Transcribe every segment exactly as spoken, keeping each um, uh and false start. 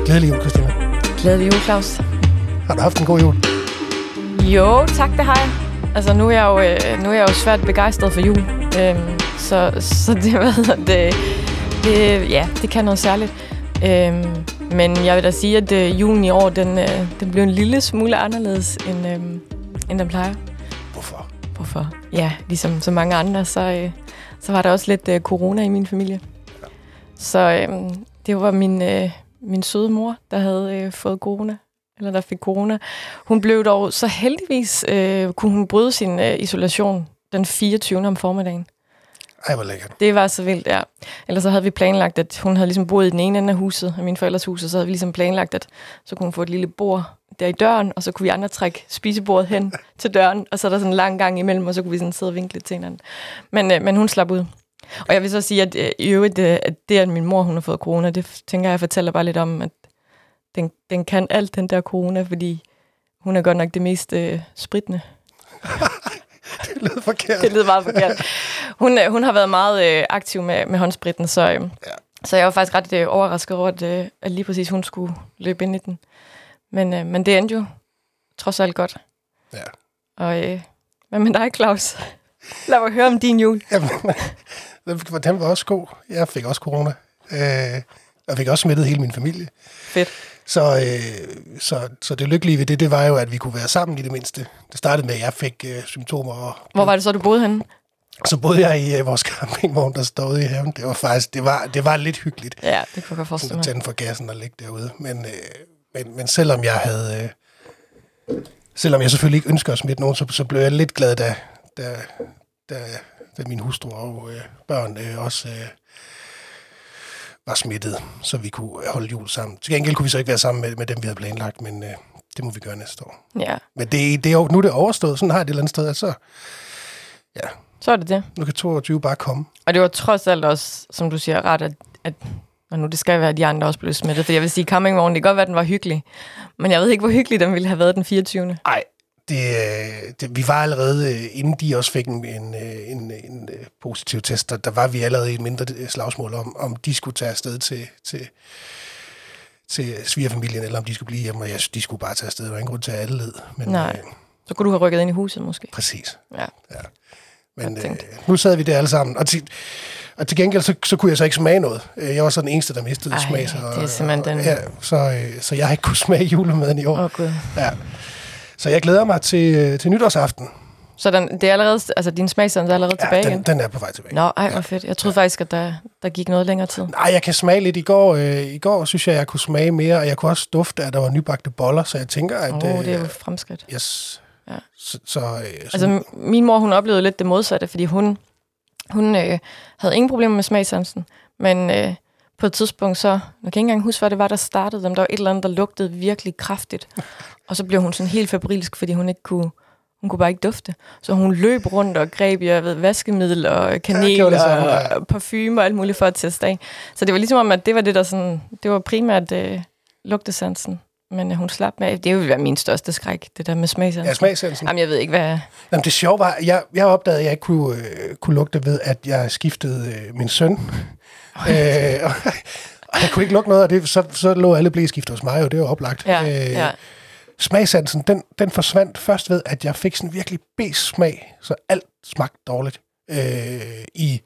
Glædelig jul, Christina. Glædelig jul, Claus. Har du haft en god jul? Jo, tak, det har jeg. Altså, nu er jeg jo, øh, nu er jeg jo svært begejstret for jul. Øhm, så, så det, hvad det, det, ja, det kan noget særligt. Øhm, men jeg vil da sige, at øh, julen i år, den, øh, den blev en lille smule anderledes, end, øh, end den plejer. Hvorfor? Hvorfor? Ja, ligesom så mange andre, så, øh, så var der også lidt øh, corona i min familie. Ja. Så øh, det var min, øh, min søde mor, der havde øh, fået corona. Eller der fik corona. Hun blev dog så heldigvis, øh, kunne hun bryde sin øh, isolation den fireogtyvende om formiddagen. Ej, hvor lækkert. Det var så vildt, ja. Ellers så havde vi planlagt, at hun havde ligesom boet i den ene ende af huset, af mine forældres hus, og så havde vi ligesom planlagt, at så kunne hun få et lille bord der i døren, og så kunne vi andre trække spisebordet hen til døren, og så er der sådan en lang gang imellem, og så kunne vi sådan sidde og vinkle til hinanden. Men, øh, men hun slap ud. Og jeg vil så sige, at øh, i øvrigt, øh, at det, at min mor hun har fået corona, det tænker jeg fortæller bare lidt om, at Den, den kan alt, den der corona, fordi hun er godt nok det mest øh, spritne. Det lyder forkert. Det lyder meget forkert. Hun, øh, hun har været meget øh, aktiv med, med håndspritten, så, øh, ja. så jeg var faktisk ret øh, overrasket over, at, øh, at lige præcis hun skulle løbe ind i den. Men, øh, men det endte jo trods alt godt. Ja. Og øh, hvad med dig, Claus? Lad mig høre om din jul. Jamen, den var også god. Jeg fik også corona. Øh, jeg fik også smittet hele min familie. Fedt. Så, øh, så, så det lykkelige ved det, det var jo, at vi kunne være sammen i det mindste. Det startede med, at jeg fik øh, symptomer. Og, Hvor var det så, du boede henne? Så boede jeg i øh, vores campingvogn, der stod i haven. Det var faktisk, det var, det var lidt hyggeligt. Ja, det kunne jeg forestille mig. Sådan at tænde for gassen og ligge derude. Men, øh, men, men selvom jeg havde, øh, selvom jeg selvfølgelig ikke ønsker at smitte nogen, så, så blev jeg lidt glad, da, da, da, da min hustru og øh, børn øh, også øh, var smittet, så vi kunne holde jul sammen. Til gengæld kunne vi så ikke være sammen med, med dem, vi havde planlagt, men øh, det må vi gøre næste år. Ja. Men det, det er jo, nu er det overstået, sådan har jeg det et eller andet sted, så ja. Så er det det. Nu kan toogtyve bare komme. Og det var trods alt også, som du siger, ret, at, at og nu det skal være, at de andre også blev smittet. For jeg vil sige, campingvognen, det kan godt være, at den var hyggelig. Men jeg ved ikke, hvor hyggelig den ville have været den fireogtyvende. Nej, det, det, vi var allerede, inden de også fik en, en, en, en positiv test, der, der var vi allerede i et mindre slagsmål om, om de skulle tage afsted til, til, til svigerfamilien, eller om de skulle blive hjemme, og jeg, de skulle bare tage afsted. Der var ingen grund til, at alle led. Men, Nej, øh, så kunne du have rykket ind i huset måske. Præcis. Ja. Ja. Men øh, nu sad vi der alle sammen, og til, og til gengæld, så, så kunne jeg så ikke smage noget. Jeg var så den eneste, der mistede Ej, smag. Så, det er simpelthen den... Ja, så, øh, så jeg har ikke kunnet smage julemaden i år. Åh, Gud. Ja. Så jeg glæder mig til, til nytårsaften. Så den, det er allerede, altså din smagsans er allerede ja, tilbage den, igen? den er på vej tilbage. Nå, ej, hvor ja. fedt. Jeg troede ja. faktisk, at der, der gik noget længere tid. Nej, jeg kan smage lidt. I går, øh, i går synes jeg, jeg kunne smage mere, og jeg kunne også dufte, at der var nybagte boller, så jeg tænker, at... Åh, oh, det er jo fremskridt. Yes. Ja. Så, så, øh, altså, min mor, hun oplevede lidt det modsatte, fordi hun, hun øh, havde ingen problemer med smagssansen, men øh, på et tidspunkt så, jeg kan ikke engang huske, hvad det var, der startede dem, der var et eller andet, der lugtede virkelig kraftigt, og så blev hun sådan helt febrilsk, fordi hun ikke kunne, hun kunne bare ikke dufte. Så hun løb rundt og greb, jeg ved, vaskemiddel og kanel ja, og, og, og parfume og alt muligt for at teste af. Så det var ligesom om, at det var det, der sådan, det var primært øh, lugtesansen. Men hun slap med. Det vil være min største skræk, det der med smagssansen. Ja, smagssansen. Jamen, jeg ved ikke, hvad... Jamen, det sjove var, jeg, jeg opdagede, at jeg ikke kunne, øh, kunne lugte ved, at jeg skiftede øh, min søn. øh, og, og jeg kunne ikke lugte noget af det, så, så lå alle blæskifter hos mig, og det var oplagt. Ja, øh, ja. Smagssansen, den, den forsvandt først ved, at jeg fik sådan en virkelig bes smag, så alt smagte dårligt øh, i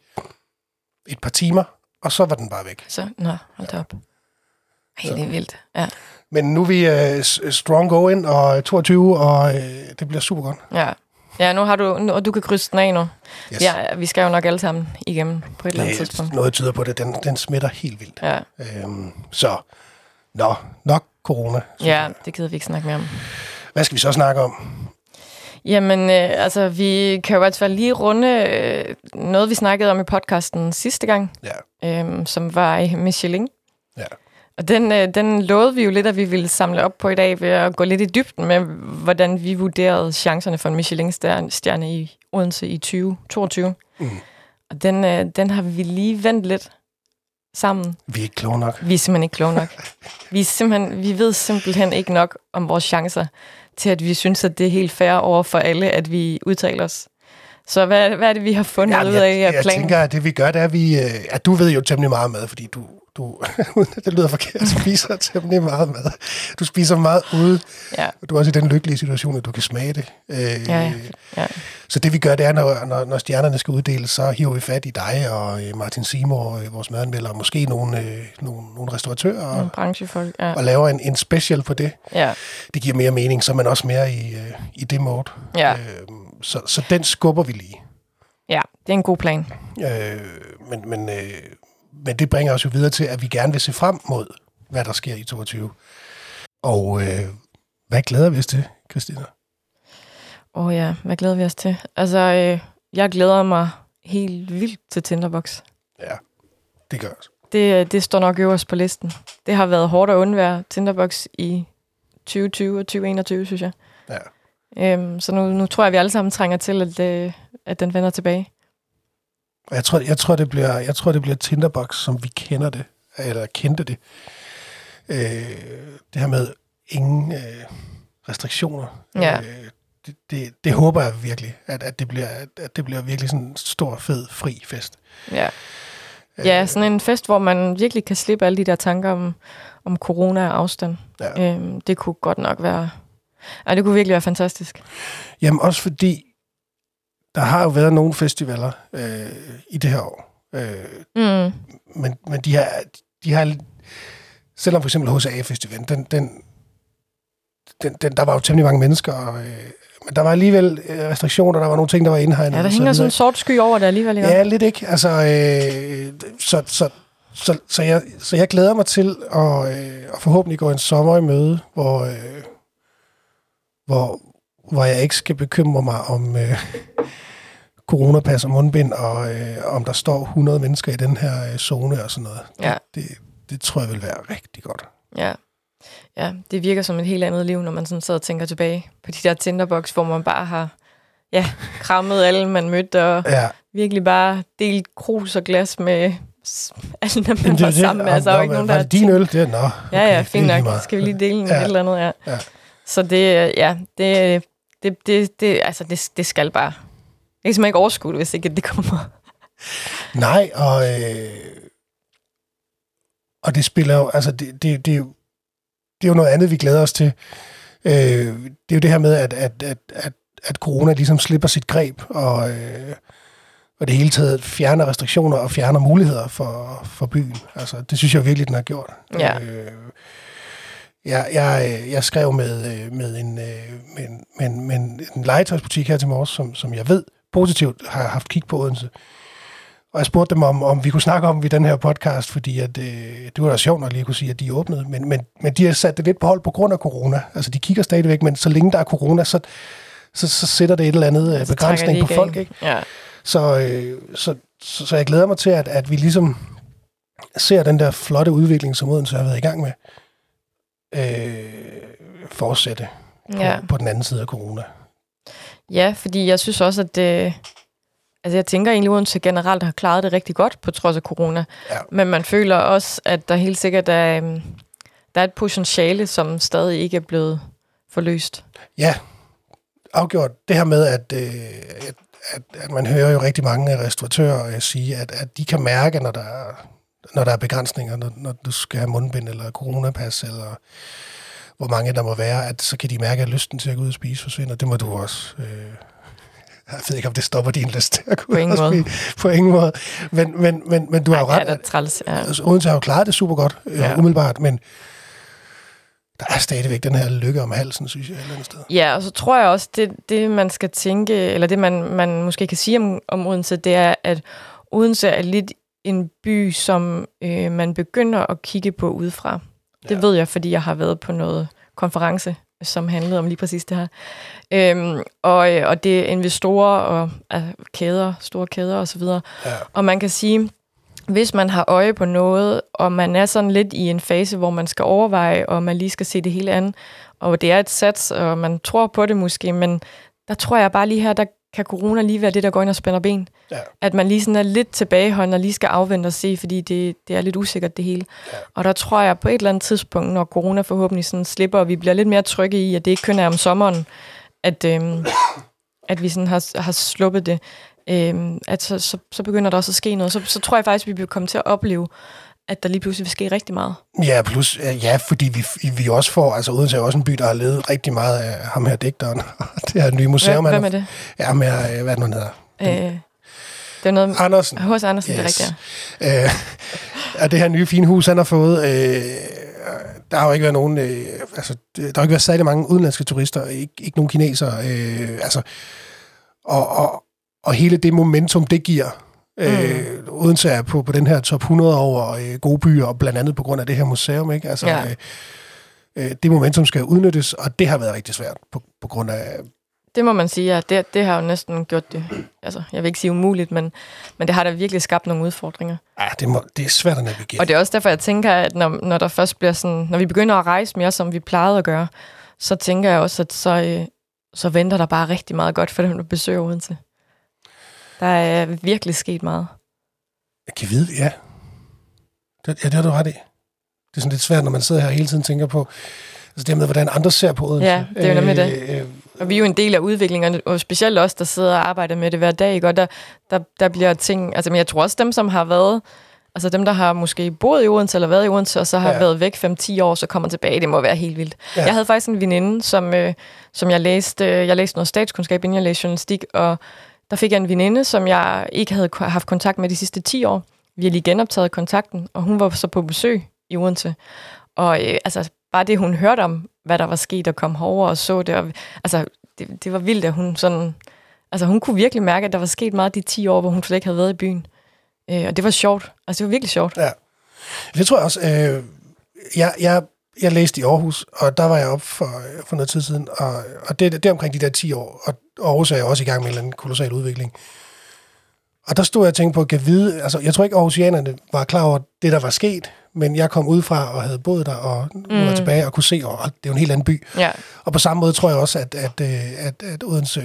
et par timer, og så var den bare væk. Så, nå, hold da op. Ej, det er vildt, ja. Men nu er vi uh, strong going, og toogtyve, og uh, det bliver super godt. Ja, ja nu har du, nu, og du kan krydse den af nu. Yes. Ja, vi skal jo nok alle sammen igennem på et eller andet det, tidspunkt. Noget tyder på det, den, den smitter helt vildt. Ja. Øhm, så, nå, nok corona. Ja, det gider vi ikke snakke mere om. Hvad skal vi så snakke om? Jamen, øh, altså, vi kan jo i hvert fald lige runde øh, noget, vi snakkede om i podcasten sidste gang, ja. øh, som var i Michelin. Ja. Og den, øh, den lovede vi jo lidt, at vi ville samle op på i dag ved at gå lidt i dybden med, hvordan vi vurderede chancerne for en Michelin-stjerne i Odense i tyve toogtyve. Mm. Og den, øh, den har vi lige vendt lidt sammen. Vi er ikke kloge nok. Vi er simpelthen ikke kloge nok. vi, er simpelthen, vi ved simpelthen ikke nok om vores chancer til, at vi synes, at det er helt fair over for alle, at vi udtaler os. Så hvad, hvad er det, vi har fundet ja, ud af jeg, planen? Jeg tænker, at det vi gør, det er, at, vi, at du ved jo temmelig meget med, fordi du, du det lyder forkert, spiser temmelig meget mad. Du spiser meget ude. Ja. Du er også i den lykkelige situation, at du kan smage det. Øh, Ja, ja. Så det vi gør, det er, når, når, når stjernerne skal uddeles, så hiver vi fat i dig og øh, Martin Seymour, øh, vores madanmelder, og måske nogle, øh, nogle, nogle restauratører, Nogle branchefolk, ja. og laver en, en special på det. Ja. Det giver mere mening, så er man også mere i, øh, i det mode. Ja. Øh, så, så den skubber vi lige. Ja, det er en god plan. Øh, men, men, øh, men det bringer os jo videre til, at vi gerne vil se frem mod, hvad der sker i toogtyve. Og øh, hvad glæder vi os til, Christina? Åh oh ja, hvad glæder vi os til? Altså, øh, jeg glæder mig helt vildt til Tinderbox. Ja, det gør os. Det, det står nok øverst på listen. Det har været hårdt at undvære Tinderbox i tyve tyve og tyve enogtyve, synes jeg. Ja. Øhm, så nu, nu tror jeg, vi alle sammen trænger til, at, øh, at den vender tilbage. Og jeg tror, jeg tror, det bliver, jeg tror, det bliver Tinderbox, som vi kender det, eller kendte det. Øh, det her med ingen øh, restriktioner. Ja. Øh, det, det, det håber jeg virkelig, at, at, det bliver, at det bliver virkelig sådan en stor, fed, fri fest. Ja. Ja, sådan en fest, hvor man virkelig kan slippe alle de der tanker om, om corona og afstand. Ja. Øhm, det kunne godt nok være... Ej, det kunne virkelig være fantastisk. Jamen også fordi, der har jo været nogle festivaler øh, i det her år. Øh, Mm. men, men de har, de har... Selvom for eksempel H C A-festivalen, den, den, den, den, der var jo temmelig mange mennesker, og, øh, men der var alligevel restriktioner, der var nogle ting, der var indhegnet. Ja, der og så hænger sådan videre. en sort sky over det alligevel. Ikke? Ja, lidt ikke. Altså, øh, så, så, så, så, jeg, så jeg glæder mig til at, øh, at forhåbentlig gå en sommer i møde, hvor, øh, hvor, hvor jeg ikke skal bekymre mig om øh, coronapas og mundbind, og øh, om der står hundrede mennesker i den her øh, zone og sådan noget. Ja. Det, det, det tror jeg vil være rigtig godt. Ja. Ja, det virker som et helt andet liv, når man sådan sidder og tænker tilbage på de der Tinderbox, hvor man bare har ja, krammet alle, man mødte, og Ja. virkelig bare delt krus og glas med s- alle dem, man Jamen, var det- sammen med. Altså, der er jo ikke nogen, der var det din øl? Det er, nå, okay, Ja, ja, det er fint lige nok. meget. Skal vi lige dele en Ja. ja. eller andet, ja. Ja. Så det, ja, det, det, det, det, altså, det, det skal bare. Jeg kan simpelthen ikke overskue det, hvis ikke det kommer. Nej, og, øh, og det spiller jo, altså det, det, det, er jo, det er jo noget andet, vi glæder os til. Øh, det er jo det her med, at, at, at, at, at corona ligesom slipper sit greb, og, øh, og det hele taget fjerner restriktioner og fjerner muligheder for, for byen. Altså, det synes jeg virkelig, den har gjort. Ja. Øh, jeg, jeg, jeg skrev med, med, en, med, en, med, en, med en legetøjsbutik her til morges, som, som jeg ved positivt har haft kig på Odense. Og jeg spurgte dem, om, om vi kunne snakke om i den her podcast, fordi at, øh, det var da sjovt nok lige at kunne sige, at de åbnede. Men, men, men de har sat det lidt på hold på grund af corona. Altså, de kigger stadigvæk, men så længe der er corona, så, så, så sætter det et eller andet øh, Så begrænsning trækker på de folk. igen. Ikke? Ja. Så, øh, så, så, så jeg glæder mig til, at, at vi ligesom ser den der flotte udvikling, som Odense har været i gang med, øh, fortsætte på, Ja. på den anden side af corona. Ja, fordi jeg synes også, at det... Altså, jeg tænker egentlig, at Odense generelt har klaret det rigtig godt, på trods af corona. Ja. Men man føler også, at der helt sikkert er, um, der er et potentiale, som stadig ikke er blevet forløst. Ja, afgjort. Det her med, at, øh, at, at, at man hører jo rigtig mange restauratører sige, at, at de kan mærke, når der er, når der er begrænsninger, når, når du skal have mundbind eller coronapas, eller hvor mange der må være, at så kan de mærke, at lysten til at gå ud og spise forsvinder. Det må du også... Øh, jeg ved ikke, om det stopper din lyst til at gå På ingen ud og måde. spise. På ingen måde. Men, men, men, men du har jo Ej, ret. det er da træls, ja. Altså, Odense har jo klaret det super godt, øh, Ja. umiddelbart, men der er stadigvæk den her lykke om halsen, synes jeg, et eller andet sted. Ja, og så tror jeg også, det, det man skal tænke, eller det man, man måske kan sige om, om Odense, det er, at Odense er lidt en by, som øh, man begynder at kigge på udefra. Det Ja. ved jeg, fordi jeg har været på noget konference, som handlede om lige præcis det her. Øhm, og, og det er investorer og altså, kæder, store kæder osv. Ja. Og man kan sige, hvis man har øje på noget, og man er sådan lidt i en fase, hvor man skal overveje, og man lige skal se det hele an, og det er et sats, og man tror på det måske, men der tror jeg bare lige her, der kan corona lige være det, der går ind og spænder ben. Ja. At man lige sådan er lidt tilbageholdende og lige skal afvente og se, fordi det, det er lidt usikkert det hele. Ja. Og der tror jeg på et eller andet tidspunkt, når corona forhåbentlig sådan slipper, og vi bliver lidt mere trygge i, at det ikke kun er om sommeren, at, øhm, at vi sådan har, har sluppet det, øhm, at så, så, så begynder der også at ske noget. Så, så tror jeg faktisk, at vi vil komme til at opleve, at der lige pludselig vil ske rigtig meget. Ja, plus, ja, fordi vi, vi også får, altså Odense er også en by, der har levet rigtig meget af ham her digteren. Det her nye museum. Hvem er det? Ja, med, hvad er det nu, hedder? Øh, det er noget... Andersen. H C. Andersen, yes. Det er rigtigt, ja. Øh, og det her nye fine hus, han har fået, øh, der har jo ikke været nogen, øh, altså, der har ikke været særlig mange udenlandske turister, ikke, ikke nogen kinesere, øh, altså, og, og, og hele det momentum, det giver, Øh, mm. Odense er på, på den her top hundrede over øh, gode byer, og blandt andet på grund af det her museum, ikke? Altså, ja. øh, øh, det momentum skal udnyttes, og det har været rigtig svært på, på grund af... Det må man sige, ja. Det, det har jo næsten gjort det, altså, jeg vil ikke sige umuligt, men, men det har da virkelig skabt nogle udfordringer. Ja, det, må, det er svært at navigere. Og det er også derfor, jeg tænker, at når, når der først bliver sådan, når vi begynder at rejse mere, som vi plejede at gøre, så tænker jeg også, at så, øh, så venter der bare rigtig meget godt for dem, der besøger Odense. Der er virkelig sket meget. Jeg kan vide, ja. Det, ja, det har du ret i. Det er sådan lidt svært, når man sidder her og hele tiden tænker på, altså det med, hvordan andre ser på Odense. Ja, det er jo nemlig det. Øh, og vi er jo en del af udviklingen, og specielt os, der sidder og arbejder med det hver dag, ikke? Og der, der, der bliver ting, altså men jeg tror også dem, som har været, altså dem, der har måske boet i Odense, eller været i Odense, og så har ja. været væk fem til ti år, så kommer tilbage, det må være helt vildt. Ja. Jeg havde faktisk en veninde, som, øh, som jeg læste, øh, jeg læste noget statskundskab, inden jeg læste journalistik, og der fik jeg en veninde, som jeg ikke havde haft kontakt med de sidste ti år. Vi har lige genoptaget kontakten, og hun var så på besøg i Odense. Og øh, altså, bare det, hun hørte om, hvad der var sket, og kom herover og så det, og, altså, det, det var vildt, at hun sådan... Altså, hun kunne virkelig mærke, at der var sket meget de ti år, hvor hun slet ikke havde været i byen. Øh, og det var sjovt. Altså, det var virkelig sjovt. Ja. Det tror jeg også. Øh, jeg, jeg, jeg læste i Aarhus, og der var jeg op for, for noget tid siden, og, og det, det er omkring de der ti år, og Aarhus er også i gang med en eller anden kolossal udvikling. Og der stod jeg og tænkte på, at jeg vide, altså jeg tror ikke, Aarhusianerne var klar over det, der var sket, men jeg kom udefra og havde boet der, og nu var jeg tilbage og kunne se, og det er jo en helt anden by. Ja. Og på samme måde tror jeg også, at, at, at, at Odense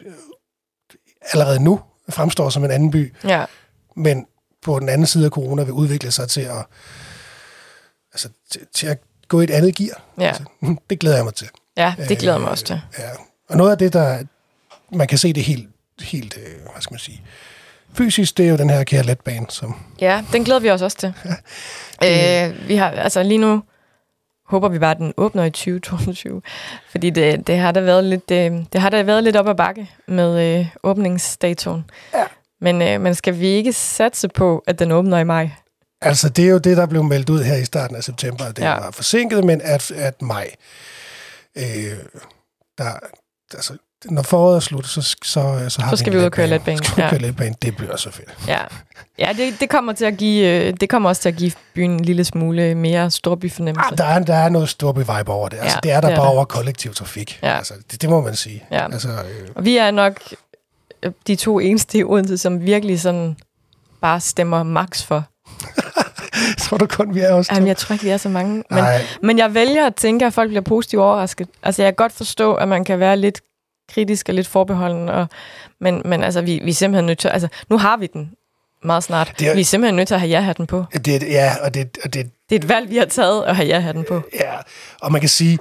allerede nu fremstår som en anden by, ja. men på den anden side af corona vil udvikle sig til at, altså, til, til at gå i et andet gear. Ja. Altså, det glæder jeg mig til. Ja, det glæder jeg mig også til. Ja. Og noget af det, der man kan se det helt, helt hvad skal man sige, fysisk, det er jo den her kære letbane, som... Ja, den glæder vi os også til. Ja. Øh, vi har, altså lige nu håber vi bare, at den åbner i tyve toogtyve, fordi det, det har da været lidt, det, det har da været lidt op ad bakke med øh, åbningsdatoen. Ja. Men, øh, men skal vi ikke satse på, at den åbner i maj? Altså, det er jo det, der blev meldt ud her i starten af september. Det ja. var forsinket, men at, at maj. Øh, der, altså, når foråret er slut, så, så, så har så skal vi, vi ud og køre letbane. Ja. Køre letbane. Det bliver så fedt. Ja, ja det, det, kommer til at give, det kommer også til at give byen en lille smule mere storbyfornemmelse. Ah, der, er, der er noget storby-vibe over det. Altså, ja, det er der det er bare der. Over kollektiv trafik. Ja. Altså, det, det må man sige. Ja. Altså, øh. Og vi er nok de to eneste i Odense, som virkelig sådan bare stemmer max for. Tror du kun, vi er også? Jamen, jeg tror ikke, vi er så mange. Men, men jeg vælger at tænke, at folk bliver positivt overrasket. Altså, jeg kan godt forstå, at man kan være lidt kritisk og lidt forbeholden, og, men, men altså, vi, vi er simpelthen nødt til... Altså, nu har vi den meget snart. Er, vi er simpelthen nødt til at have ja-hatten på. Det, ja, og det, og det... Det er et valg, vi har taget, at have ja-hatten på. Ja, og man kan sige...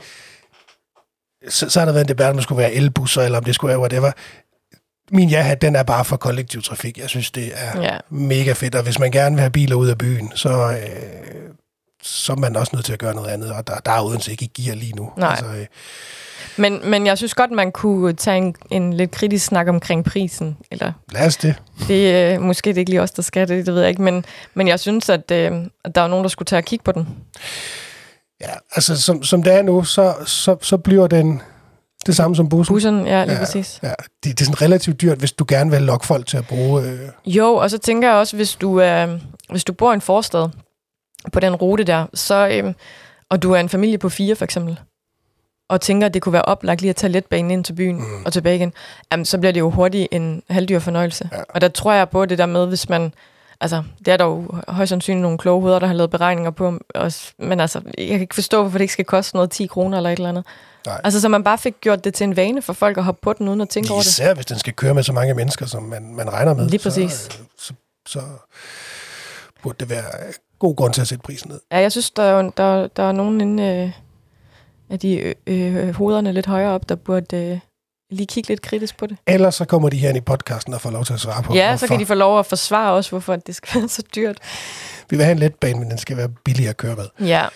Så, så har der været en debat, om det skulle være elbusser, eller om det skulle være whatever. Min ja-hat, den er bare for kollektiv trafik. Jeg synes, det er ja. mega fedt, og hvis man gerne vil have biler ud af byen, så, øh, så er man også nødt til at gøre noget andet, og der, der er Odense ikke i gear lige nu. Nej. Altså, øh, men, men jeg synes godt, man kunne tage en, en lidt kritisk snak omkring prisen. Eller, lad os det. Det er øh, måske det ikke lige os, der skal det, det ved jeg ikke, men, men jeg synes, at, øh, at der er nogen, der skulle tage og kigge på den. Ja, altså som, som det er nu, så, så, så bliver den... Det samme som bussen. Bussen, ja, lige ja, præcis. Ja. Det, det er sådan relativt dyrt, hvis du gerne vil lokke folk til at bruge... Øh... Jo, og så tænker jeg også, hvis du, øh, hvis du bor i en forstad på den rute der, så, øh, og du er en familie på fire for eksempel, og tænker, at det kunne være oplagt lige at tage letbanen ind til byen mm. og tilbage igen, jamen, så bliver det jo hurtigt en halvdyr fornøjelse. Ja. Og der tror jeg på det der med, hvis man... Altså, det er der jo højst sandsynligt nogle kloge hoveder, der har lavet beregninger på, også, men altså, jeg kan ikke forstå, hvorfor det ikke skal koste noget ti kroner eller et eller andet. Nej. Altså, så man bare fik gjort det til en vane for folk at hoppe på den, uden at tænke over det. Især hvis den skal køre med så mange mennesker, som man, man regner med. Lige præcis. Så, så, så burde det være god grund til at sætte prisen ned. Ja, jeg synes, der er, der, der er nogen inde øh, af de øh, øh, hovederne lidt højere op, der burde, øh, lige kigge lidt kritisk på det. Ellers så kommer de her ind i podcasten og får lov til at svare på, Ja, hvorfor. så kan de få lov at forsvare også, hvorfor det skal være så dyrt. Vi vil have en letbane, men den skal være billig at køre med. Ja.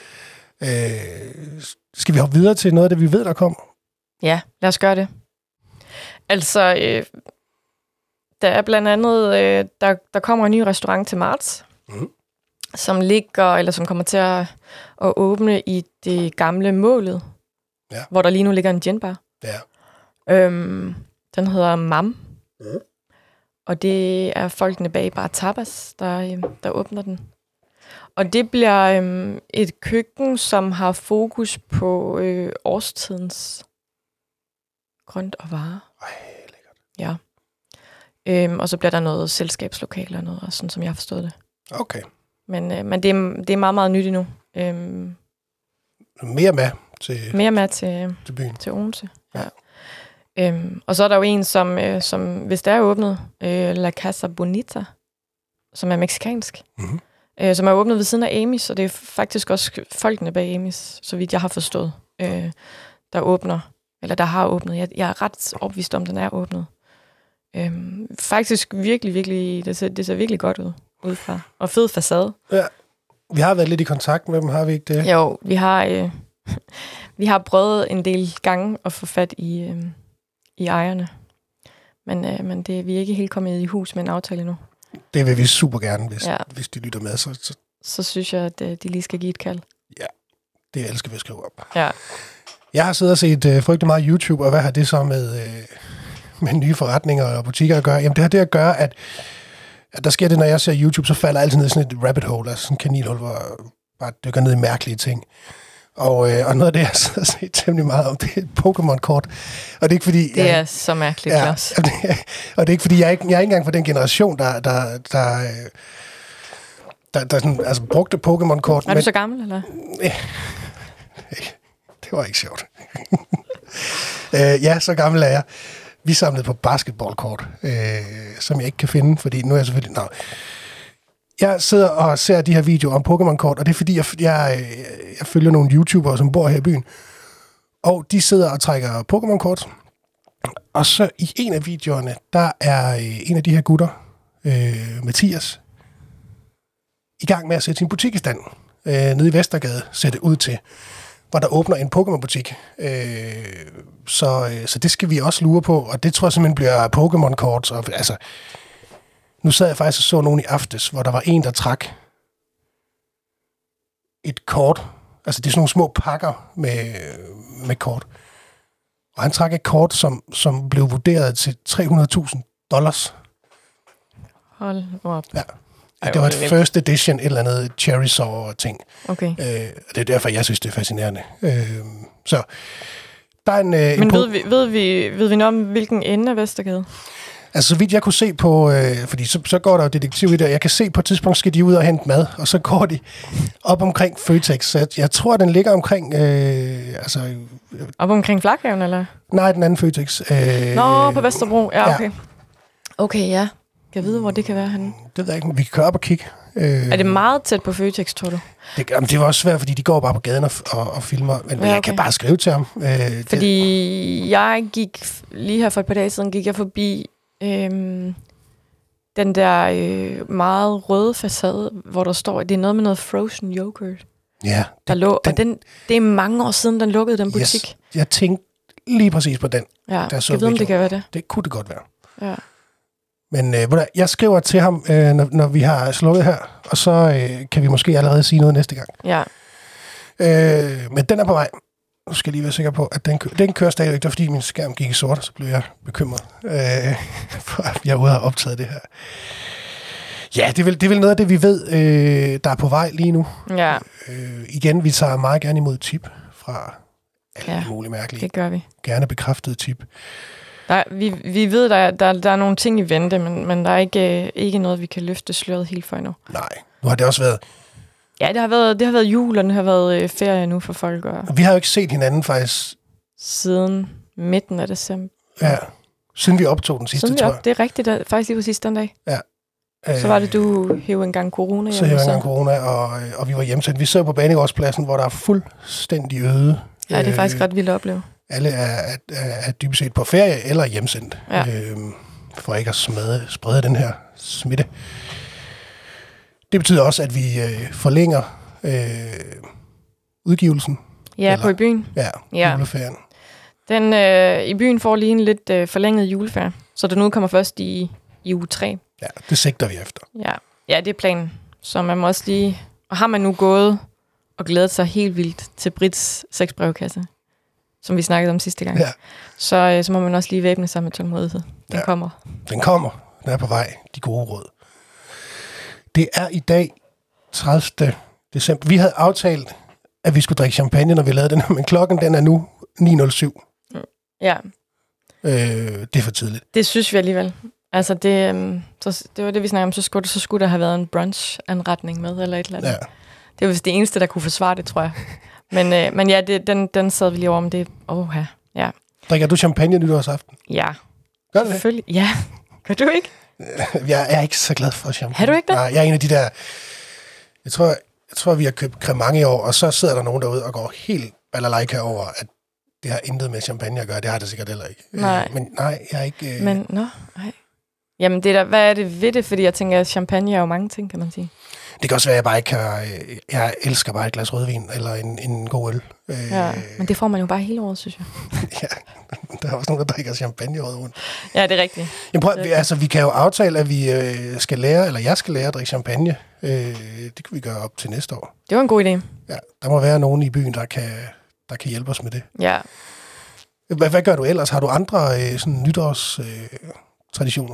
Øh, skal vi hoppe videre til noget af det, vi ved, der kommer? Ja, lad os gøre det. Altså, øh, der er blandt andet, øh, der, der kommer en ny restaurant til marts, mm. som ligger, eller som kommer til at, at åbne i det gamle Målet, ja. Hvor der lige nu ligger en ginbar. Ja. Øhm, den hedder Mam. Mm. Og det er folkene bag Bar Tapas, der, øh, der åbner den. Og det bliver øh, et køkken, som har fokus på øh, årstidens grønt og varer. Ej, lækkert. Ja. Øhm, og så bliver der noget selskabslokale og noget, og sådan som jeg har forstået det. Okay. Men, øh, men det, er, det er meget, meget nyt endnu. Øhm, mere med til, mere med til, til byen. Til Odense, ja. ja. Øhm, og så er der jo en, som, øh, som hvis der er åbnet, øh, La Casa Bonita, som er mexikansk, mm-hmm. øh, som er åbnet ved siden af Amis, og det er faktisk også folkene bag Amis, så vidt jeg har forstået, øh, der åbner, eller der har åbnet. Jeg, jeg er ret opvist om, den er åbnet. Øhm, faktisk virkelig, virkelig, det ser, det ser virkelig godt ud, udefra. Og fed facade. Ja, vi har været lidt i kontakt med dem, har vi ikke det? Jo, vi har, øh, vi har prøvet en del gange at få fat i, øh, i ejerne. Men, øh, men det, vi er ikke helt kommet i hus med en aftale endnu. Det vil vi super gerne, hvis, ja. hvis de lytter med. Så, så... så synes jeg, at de lige skal give et kald. Ja, det elsker vi at skrive op. Ja. Jeg har siddet og set øh, frygtelig meget YouTube, og hvad har det så med... Øh... med nye forretninger og butikker at gøre. Jamen, det har det at gøre, at, at der sker det, når jeg ser YouTube, så falder jeg altid ned i sådan et rabbit hole, altså sådan en kaninhul, hvor jeg bare dykker ned i mærkelige ting. Og, øh, og noget af det, jeg har set temmelig meget om, det er et Pokémon-kort. Og det er ikke fordi... Det er jeg, så mærkeligt, ja, Claus. Og det, og det er ikke fordi, jeg er ikke, jeg er ikke engang fra den generation, der... der, der der, der sådan, altså, brugte Pokémon-kort. Er du men, så gammel, eller? Øh, det var ikke sjovt. øh, ja, så gammel er jeg. Vi samlede på basketballkort, øh, som jeg ikke kan finde, fordi nu er jeg selvfølgelig... Nå. Jeg sidder og ser de her videoer om Pokémon-kort, og det er fordi, jeg, jeg, jeg følger nogle YouTubere, som bor her i byen, og de sidder og trækker Pokémon-kort. Og så i en af videoerne, der er en af de her gutter, øh, Mathias, i gang med at sætte sin butik i stand, øh, nede i Vestergade, sætte ud til, hvor der åbner en Pokémon-butik. Øh, så, så det skal vi også lure på, og det tror jeg simpelthen bliver Pokémon-kort. Og, altså, nu sad jeg faktisk og så nogen i aftes, hvor der var en, der trak et kort. Altså, det er sådan nogle små pakker med, med kort. Og han trak et kort, som, som blev vurderet til tre hundrede tusind dollars. Hold op. Ja. Ej, det var et first edition, et eller andet cherry sour ting. Okay. Øh, det er derfor, jeg synes, det er fascinerende. Øh, så der er en... Øh, Men en ved, vi, ved, vi, ved vi noget om, hvilken ende af Vestergade? Altså, så vidt jeg kunne se på... Øh, fordi så, så går der jo detektiv i det, jeg kan se, på et tidspunkt skal de ud og hente mad, og så går de op omkring Føtex. Så jeg, jeg tror, den ligger omkring... Øh, altså, op omkring Flakhaven, eller? Nej, den anden Føtex. Øh, Nå, på Vesterbro. Ja, okay. Ja. Okay, ja. Kan jeg vide, hvor det kan være henne? Det ved jeg ikke, vi kan køre op og kigge. Øh, er det meget tæt på Føtex, tror du? Det, jamen, det var også svært, fordi de går bare på gaden og, og, og filmer, men, ja, okay. jeg kan bare skrive til ham. Øh, fordi det. jeg gik, lige her for et par dage siden, gik jeg forbi øhm, den der øh, meget røde facade, hvor der står, at det er noget med noget frozen yoghurt. Ja. Der lå, den, og den, det er mange år siden, den lukkede, den butik. Yes, jeg tænkte lige præcis på den. Ja, der så jeg ved, om det kan være det. Det kunne det godt være. Ja. Men øh, jeg skriver til ham, øh, når, når vi har slukket her, og så øh, kan vi måske allerede sige noget næste gang. Ja. Øh, men den er på vej. Nu skal jeg lige være sikker på, at den, kø- den kører stadigvæk. Det var fordi min skærm gik i sort, så blev jeg bekymret, øh, for at jeg ude har optaget det her. Ja, det er vel, det er vel noget af det, vi ved, øh, der er på vej lige nu. Ja. Øh, igen, vi tager meget gerne imod tip fra alle ja, mulige mærkelige. Det gør vi. Gerne bekræftede tip. Der, vi, vi ved, der er, der, der er nogle ting i vente, men, men der er ikke, ikke noget, vi kan løfte sløret helt for endnu. Nej, nu har det også været... Ja, det har været, det har været jul, og det har været øh, ferie nu for folk. Og, og vi har jo ikke set hinanden faktisk... Siden midten af december. Ja, siden vi optog den sidste, siden tror jeg. Op, det er rigtigt, der, faktisk lige præcis den dag. Ja. Så var det, du hævde en gang corona hjemme. Så hævde en gang corona, og, og vi var hjemsendt. Vi sidder på Banegårdspladsen, hvor der er fuldstændig øde. Ja, det er faktisk ret vildt at opleve. alle er, er, er dybest set på ferie eller hjemsendt, Ja. øh, for ikke at smede, sprede den her smitte. Det betyder også, at vi øh, forlænger øh, udgivelsen. Ja, Eller- på i byen. Ja, Ja. juleferien. Den øh, i byen får lige en lidt øh, forlænget juleferie, så den udkommer først i, i uge tre. Ja, det sigter vi efter. Ja. ja, det er planen. Så man må også lige... Og har man nu gået og glædet sig helt vildt til Brits sexbrevkasse, som vi snakkede om sidste gang, Ja. så, øh, så må man også lige væbne sig med tålmodighed. Den Ja. kommer. Den kommer. Den er på vej. De gode råd. Det er i dag tredivte december. Vi havde aftalt, at vi skulle drikke champagne, når vi lavede den her, men klokken den er nu ni nul syv. Ja, Øh, det er for tidligt. det synes vi alligevel. Altså, det, øhm, så, det var det, vi snakkede om. Så skulle, så skulle der have været en brunch-anretning med, eller et eller andet. Ja. Det var vist det eneste, der kunne forsvare det, tror jeg. Men, øh, men ja, det, den, den sad vi lige over om. Det, åh, ja. Drikker du champagne nytårsaften? Ja, Gør du det? selvfølgelig. Ja, gør du ikke? Jeg er ikke så glad for champagne. Er du ikke det? Nej, jeg er en af de der... Jeg tror, jeg tror vi har købt cremant i år, og så sidder der nogen derude og går helt balalaika over, at det har intet med champagne at gøre. Det har det sikkert heller ikke. Nej. Øh, men nej, jeg er ikke... Øh... Men, nå, nej. Jamen, det er der, hvad er det ved det? Fordi jeg tænker, at champagne er jo mange ting, kan man sige. Det kan også være, at jeg bare ikke kan... øh, Jeg elsker bare et glas rødvin, eller en, en god øl. Øh, Ja, men det får man jo bare hele året, synes jeg. ja, der er også nogen, der drikker champagne året rundt. Ja, det er rigtigt. Jamen prøv, vi, altså, vi kan jo aftale, at vi øh, skal lære, eller jeg skal lære at drikke champagne. Øh, det kan vi gøre op til næste år. Det var en god idé. Ja, der må være nogen i byen, der kan, der kan hjælpe os med det. Ja. Hvad, hvad gør du ellers? Har du andre øh, sådan nytårs øh, traditioner?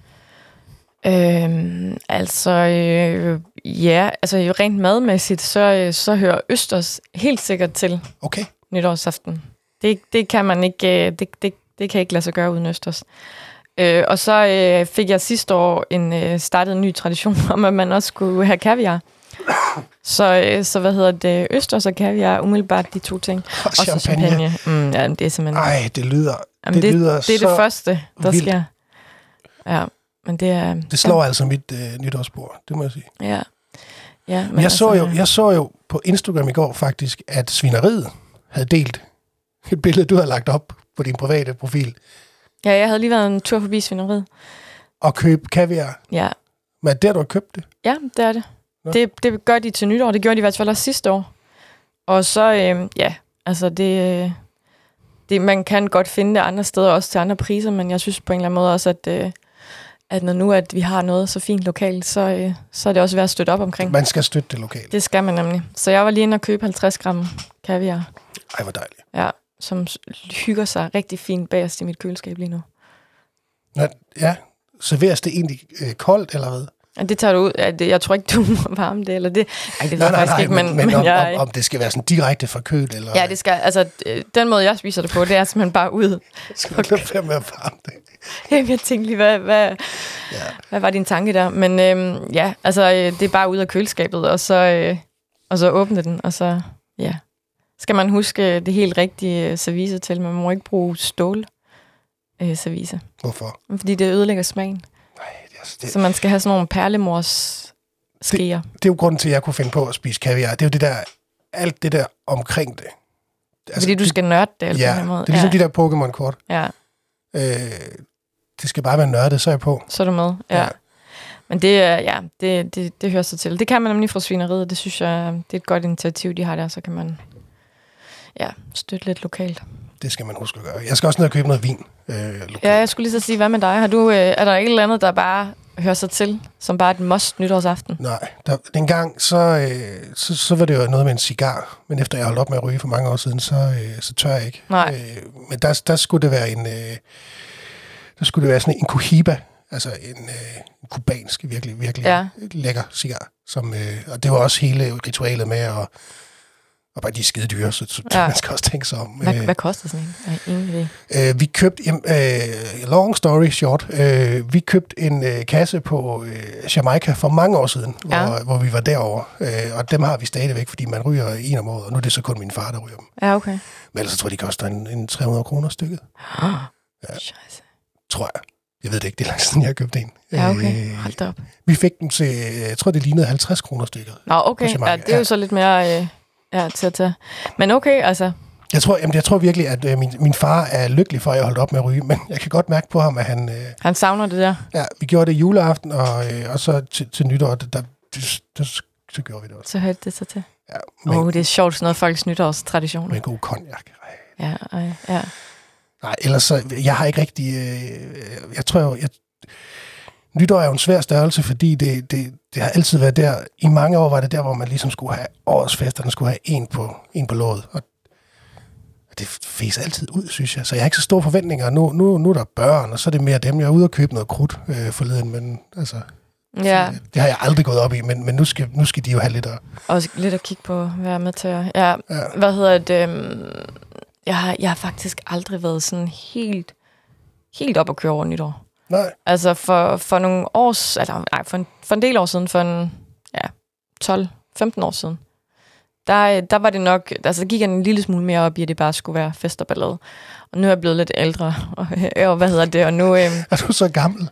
Øhm, altså, øh, ja, altså jo rent madmæssigt, så, øh, så hører Østers helt sikkert til Okay. nytårsaften. Det, det kan man ikke, øh, det, det, det kan ikke lade sig gøre uden Østers. Øh, og så øh, fik jeg sidste år en øh, startet en ny tradition om, at man også skulle have kaviar. Så, øh, så hvad hedder det? Østers og kaviar, umiddelbart de to ting. Og Og så champagne. champagne. Mm, ja, det er simpelthen... Ej, det lyder, Jamen, det, det, lyder det er så... det første, der vildt. sker. Ja, men det er... Det slår altså mit øh, nytårsbord, det må jeg sige. Ja. Ja, men Men jeg, så altså, jo, jeg så jo på Instagram i går faktisk, at Svineriet havde delt et billede, du havde lagt op på din private profil, Ja, jeg havde lige været en tur forbi Svineriet. og købe kaviar. Ja, Men er det der, du har købt det? ja det er det. Nå. det. Det gør de til nytår. Det gjorde de i hvert fald også sidste år. Og så, øh, ja, altså det, øh, det... Man kan godt finde det andre steder, også til andre priser, men jeg synes på en eller anden måde også, at, øh, at når nu at vi har noget så fint lokalt, så, øh, så er det også værd at støtte op omkring. Man skal støtte det lokalt. Det skal man nemlig. Så jeg var lige inde og købe halvtreds gram kaviar. Ej, hvor dejligt. Ja, som s- hygger sig rigtig fint bagerst i mit køleskab lige nu. Nå, ja, serveres det egentlig øh, koldt, eller hvad? Og det tager du ud. Ja, det, jeg tror ikke, du må varme det, eller det. Ej, det ved jeg faktisk ikke, men, men, men, men om, jeg... om, om det skal være sådan direkte fra køl, eller... Ja, det skal, altså, øh, den måde, jeg spiser det på, det er simpelthen bare ud. skal man lade være med at varme det. Jamen, jeg tænkte lige, hvad, hvad, Ja. hvad var din tanke der? Men øhm, ja, altså, øh, det er bare ud af køleskabet, og så, øh, og så åbne den, og så, ja. Skal man huske det helt rigtige øh, service til, man må ikke bruge stål øh, service, Hvorfor? fordi det ødelægger smagen. Nej, det, er, det, Så man skal have sådan nogle perlemors skeer. det er jo grunden til, at jeg kunne finde på at spise kaviar. Det er jo det der, alt det der omkring det. Altså, fordi du skal nørde det, eller Ja, på en måde. det er ligesom ja. de der Pokémon-kort. Ja, Øh, det skal bare være nørdet, så er jeg på. så er du med. Ja. Ja. ja. Men det, er- ja, det, det, det hører sig til. Det kan man nemlig fra Svineriet. Det synes jeg, det er et godt initiativ, de har der. Så kan man ja, støtte lidt lokalt. Det skal man huske at gøre. Jeg skal også ned og købe noget vin øh, lokalt. Ja, jeg skulle lige så sige, hvad med dig? Har du, øh, er der ikke et eller andet, der bare hører sig til, som bare et must nytårsaften? Nej, der, dengang, så, øh, så, så var det jo noget med en cigar. Men efter jeg holdt op med at ryge for mange år siden, så, øh, så tør jeg ikke. Nej. Øh, men der, der skulle det være en... Øh, der skulle det være sådan en cohiba. Altså en, øh, en kubansk, virkelig, virkelig Ja. lækker cigar. Som, øh, og det var også hele ritualet med at... Og bare de er skide dyre, så, så Ja. man skal også tænke sig om. Hvad, Øh, hvad koster sådan en? Jeg har ingen idé. Øh, vi købte, jamen, øh, long story short, øh, vi købte en øh, kasse på øh, Jamaica for mange år siden, Ja. hvor, hvor vi var derovre. Øh, og dem har vi stadigvæk, fordi man ryger en om året, og nu er det så kun min far, der ryger dem. Ja, okay. Men ellers så tror jeg, de koster en, en tre hundrede kroner stykket. Ja. Ja. Scheisse. Tror jeg. Jeg ved det ikke, det er lang siden, jeg har købt en. Ja, okay. Øh, Hold da op. vi fik den til, jeg tror, det lignede halvtreds kroner stykket. Nå, okay. på Jamaica. Ja, det er jo Ja. så lidt mere øh, ja, til at tage. Men okay, altså, Jeg tror, jamen, jeg tror virkelig, at øh, min, min far er lykkelig for, at jeg holdt op med at ryge, men jeg kan godt mærke på ham, at han... Øh, han savner det der? Ja, vi gjorde det juleaften, og, øh, og så til, til nytår, der, der, der, der, så gjorde vi det også. Så hørte det så til? Ja. Åh, oh, det er sjovt, sådan noget folks nytårstraditioner. Med en god cognac. Ja, ej, ja. Nej, ellers så... Jeg har ikke rigtig... Øh, jeg tror jo... Jeg, nytår er jo en svær størrelse, fordi det, det, det har altid været der. I mange år var det der, hvor man ligesom skulle have årsfester, den skulle have en på, en på låget. Og det fæs altid ud, synes jeg. Så jeg har ikke så store forventninger. Nu, nu, nu er der børn, og så er det mere dem. Jeg er ude og købe noget krudt øh, forleden, men altså... Ja. Det har jeg aldrig gået op i, men, men nu, skal, nu skal de jo have lidt at... Også lidt at kigge på, være med til at... Ja, ja. Hvad hedder det? Um, jeg, har, jeg har faktisk aldrig været sådan helt, helt op at køre over nytår. Nej. Altså for, for nogle års... Eller, nej, for en, for en del år siden, for en ja, tolv femten år siden, der, der var det nok... Altså, der gik jeg en lille smule mere op i, at det bare skulle være fest og ballade. Og nu er jeg blevet lidt ældre, og, og hvad hedder det, og nu... Øhm, er du så gammel?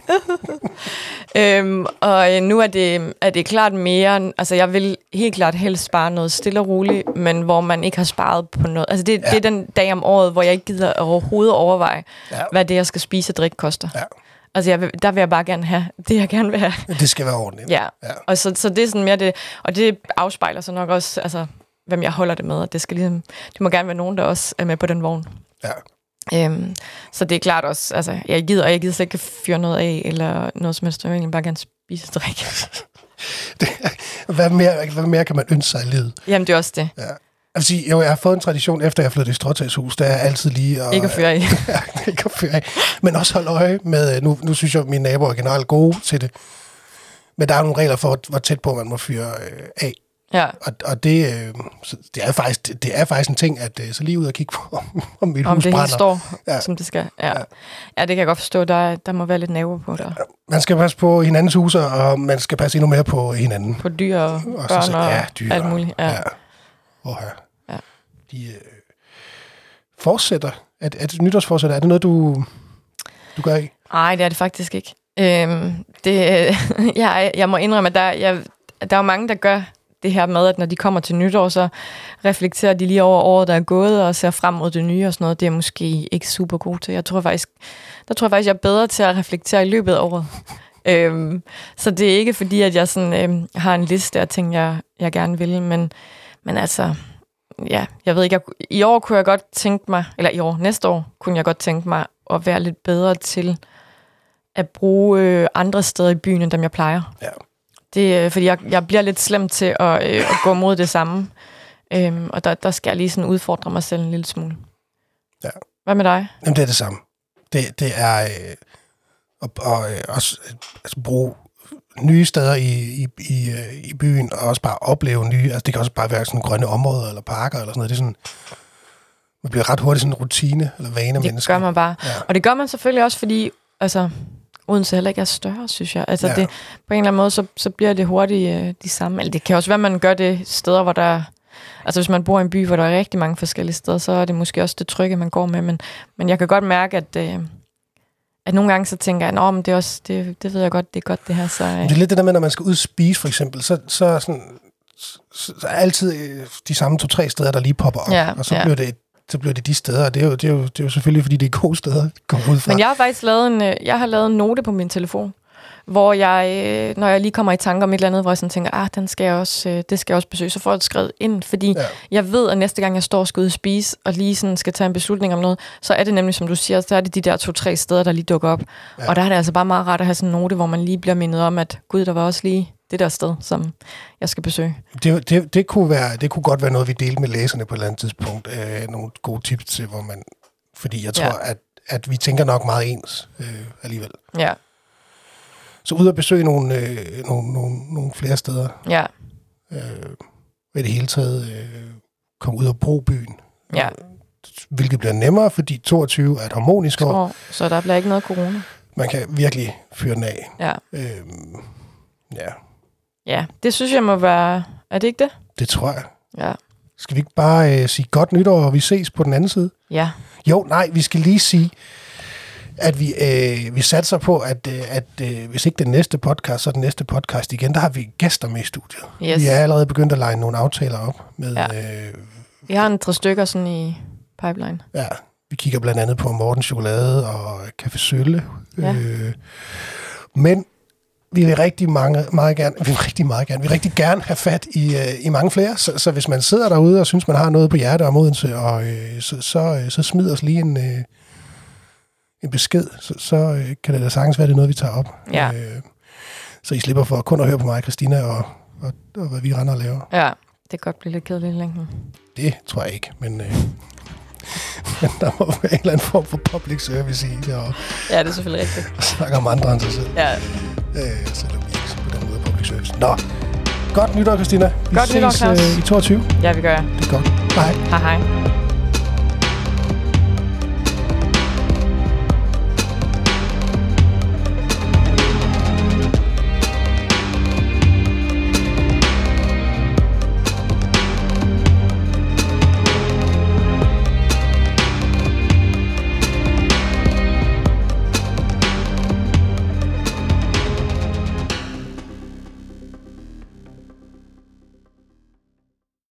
øhm, og nu er det, er det klart mere... Altså, jeg vil helt klart helst spare noget stille og roligt, men hvor man ikke har sparet på noget. Altså, det, ja. det er den dag om året, hvor jeg ikke gider overhovedet overveje, ja. hvad det, jeg skal spise og drikke, koster. Ja. Altså, jeg vil, der vil jeg bare gerne have det, jeg gerne vil have. Det skal være ordentligt. Ja, ja. Og så, så det er sådan mere det... Og det afspejler så nok også... Altså, hvem jeg holder det med, og det skal ligesom... Det må gerne være nogen, der også er med på den vogn. Ja. Øhm, så det er klart også, altså, jeg gider, og jeg gider slet ikke fyre noget af, eller noget som helst, jeg vil egentlig bare gerne spise og drikke. det, hvad, mere, hvad mere kan man ønske sig i livet? Jamen, det er også det. Ja. Jeg vil sige, jo, jeg har fået en tradition, efter jeg flyttede i Stråtagshus, der er altid lige... Og, ikke at fyre af. ja, ikke at fyre af. Men også holde øje med, nu, nu synes jeg, at mine naboer er generelt gode til det, men der er nogle regler for, hvor tæt på man må fyre øh, af. Ja. Og, og det, øh, det, er faktisk, det er faktisk en ting, at øh, så lige ud og kigge på, om, om mit om hus det brænder. Om det står, ja. som det skal. Ja. Ja. ja, det kan jeg godt forstå. Der, der må være lidt naver på der. Ja. Man skal passe på hinandens huser, og man skal passe endnu mere på hinanden. På dyr og, og børn så, ja, dyr, og alt muligt. Ja. Ja. Oh, ja. Ja. De øh, fortsætter. Er, er det nytårsforsætter? Er det noget, du, du gør i? Nej, det er det faktisk ikke. Øhm, det, jeg, jeg må indrømme, at der, jeg, der er jo mange, der gør det her med, at når de kommer til nytår, så reflekterer de lige over året, der er gået, og ser frem mod det nye og sådan noget. Det er måske ikke super god til. Jeg tror faktisk, der tror jeg faktisk, jeg er bedre til at reflektere i løbet af året. øhm, så det er ikke fordi, at jeg sådan, øhm, har en liste af ting, jeg, jeg gerne vil, men, men altså, ja, jeg ved ikke, jeg, i år kunne jeg godt tænke mig, eller i år, næste år, kunne jeg godt tænke mig at være lidt bedre til at bruge øh, andre steder i byen, end dem jeg plejer. Ja. Det, fordi jeg, jeg bliver lidt slem til at, øh, at gå mod det samme. Øhm, og der, der skal jeg lige sådan udfordre mig selv en lille smule. Ja. Hvad med dig? Jamen, det er det samme. Det, det er øh, at, og, øh, også øh, altså, bruge nye steder i, i, i, øh, i byen, og også bare opleve nye. Altså, det kan også bare være sådan grønne områder eller parker eller sådan noget. Det er sådan, man bliver ret hurtigt sådan en rutine eller vane det mennesker. Det gør man bare. Ja. Og det gør man selvfølgelig også, fordi altså, Odense heller ikke er større, synes jeg. Altså, ja. det, på en eller anden måde, så, så bliver det hurtigt øh, de samme. Eller det kan også være, at man gør det steder, hvor der... Altså, hvis man bor i en by, hvor der er rigtig mange forskellige steder, så er det måske også det trygge, man går med. Men, men jeg kan godt mærke, at, øh, at nogle gange så tænker jeg, at det, er også, det, det ved jeg godt, det er godt det her. Så, øh. Det er lidt det der med, når man skal ud og spise, for eksempel, så, så, sådan, så, så er altid de samme to-tre steder, der lige popper op. Ja, og så ja. bliver det så bliver det de steder, og det er jo, det er jo, det er jo selvfølgelig, fordi det er gode steder, det kommer ud fra. Men jeg har faktisk lavet en, jeg har lavet en note på min telefon, hvor jeg, når jeg lige kommer i tanker om et eller andet, hvor jeg sådan tænker, ah, den skal jeg også, det skal jeg også besøge, så får jeg det skrevet ind, fordi ja. jeg ved, at næste gang jeg står og skal ud og spise, og lige sådan skal tage en beslutning om noget, så er det nemlig, som du siger, så er det de der to-tre steder, der lige dukker op. Ja. Og der er det altså bare meget rart at have sådan en note, hvor man lige bliver mindet om, at gud, der var også lige det der sted, som jeg skal besøge. Det, det, det, kunne, være, det kunne godt være noget, vi delte med læserne på et eller andet tidspunkt. Øh, nogle gode tips til, hvor man... Fordi jeg tror, ja. at, at vi tænker nok meget ens øh, alligevel. Ja. Så ud og besøge nogle, øh, nogle, nogle, nogle flere steder. Ja. Øh, ved det hele taget øh, komme ud og bruge byen. Ja. Øh, hvilket bliver nemmere, fordi toogtyve er et harmonisk år. år. Så der bliver ikke noget corona. Man kan virkelig fyre den af. Ja. Øh, ja. Ja, det synes jeg må være... Er det ikke det? Det tror jeg. Ja. Skal vi ikke bare øh, sige godt nytår, og vi ses på den anden side? Ja. Jo, nej, vi skal lige sige, at vi, øh, vi satser på, at, øh, at øh, hvis ikke den næste podcast, så den næste podcast igen, der har vi gæster med i studiet. Yes. Vi er allerede begyndt at lege nogle aftaler op med, ja. øh, Vi har en tre stykker sådan i pipeline. Ja, vi kigger blandt andet på Morten Chokolade og Café Sølle. Ja. Øh, men vi vil rigtig mange, meget gerne, vi vil rigtig meget gerne, vi vil rigtig gerne have fat i, uh, i mange flere. Så, så hvis man sidder derude og synes, man har noget på hjerte og Odense, og uh, så, så, så smid os lige en, uh, en besked, så, så uh, kan det da sagtens være, det noget, vi tager op. Ja. Uh, så I slipper for kun at høre på mig og Christina, og, og, og hvad vi render og laver. Ja, det kan godt blive lidt kedeligt i længden. Det tror jeg ikke, men, uh, men der må være en eller anden form for public service i det, og, Ja, det er selvfølgelig rigtigt. og snakke om andre end sig selv. Ja. Øh, selvom vi ikke på den måde public service. Nå, godt nytår, Christina. Vi Godt ses nytår, Claus. øh, i toogtyve. Ja, vi gør. Det er godt. Hej. Hej hej.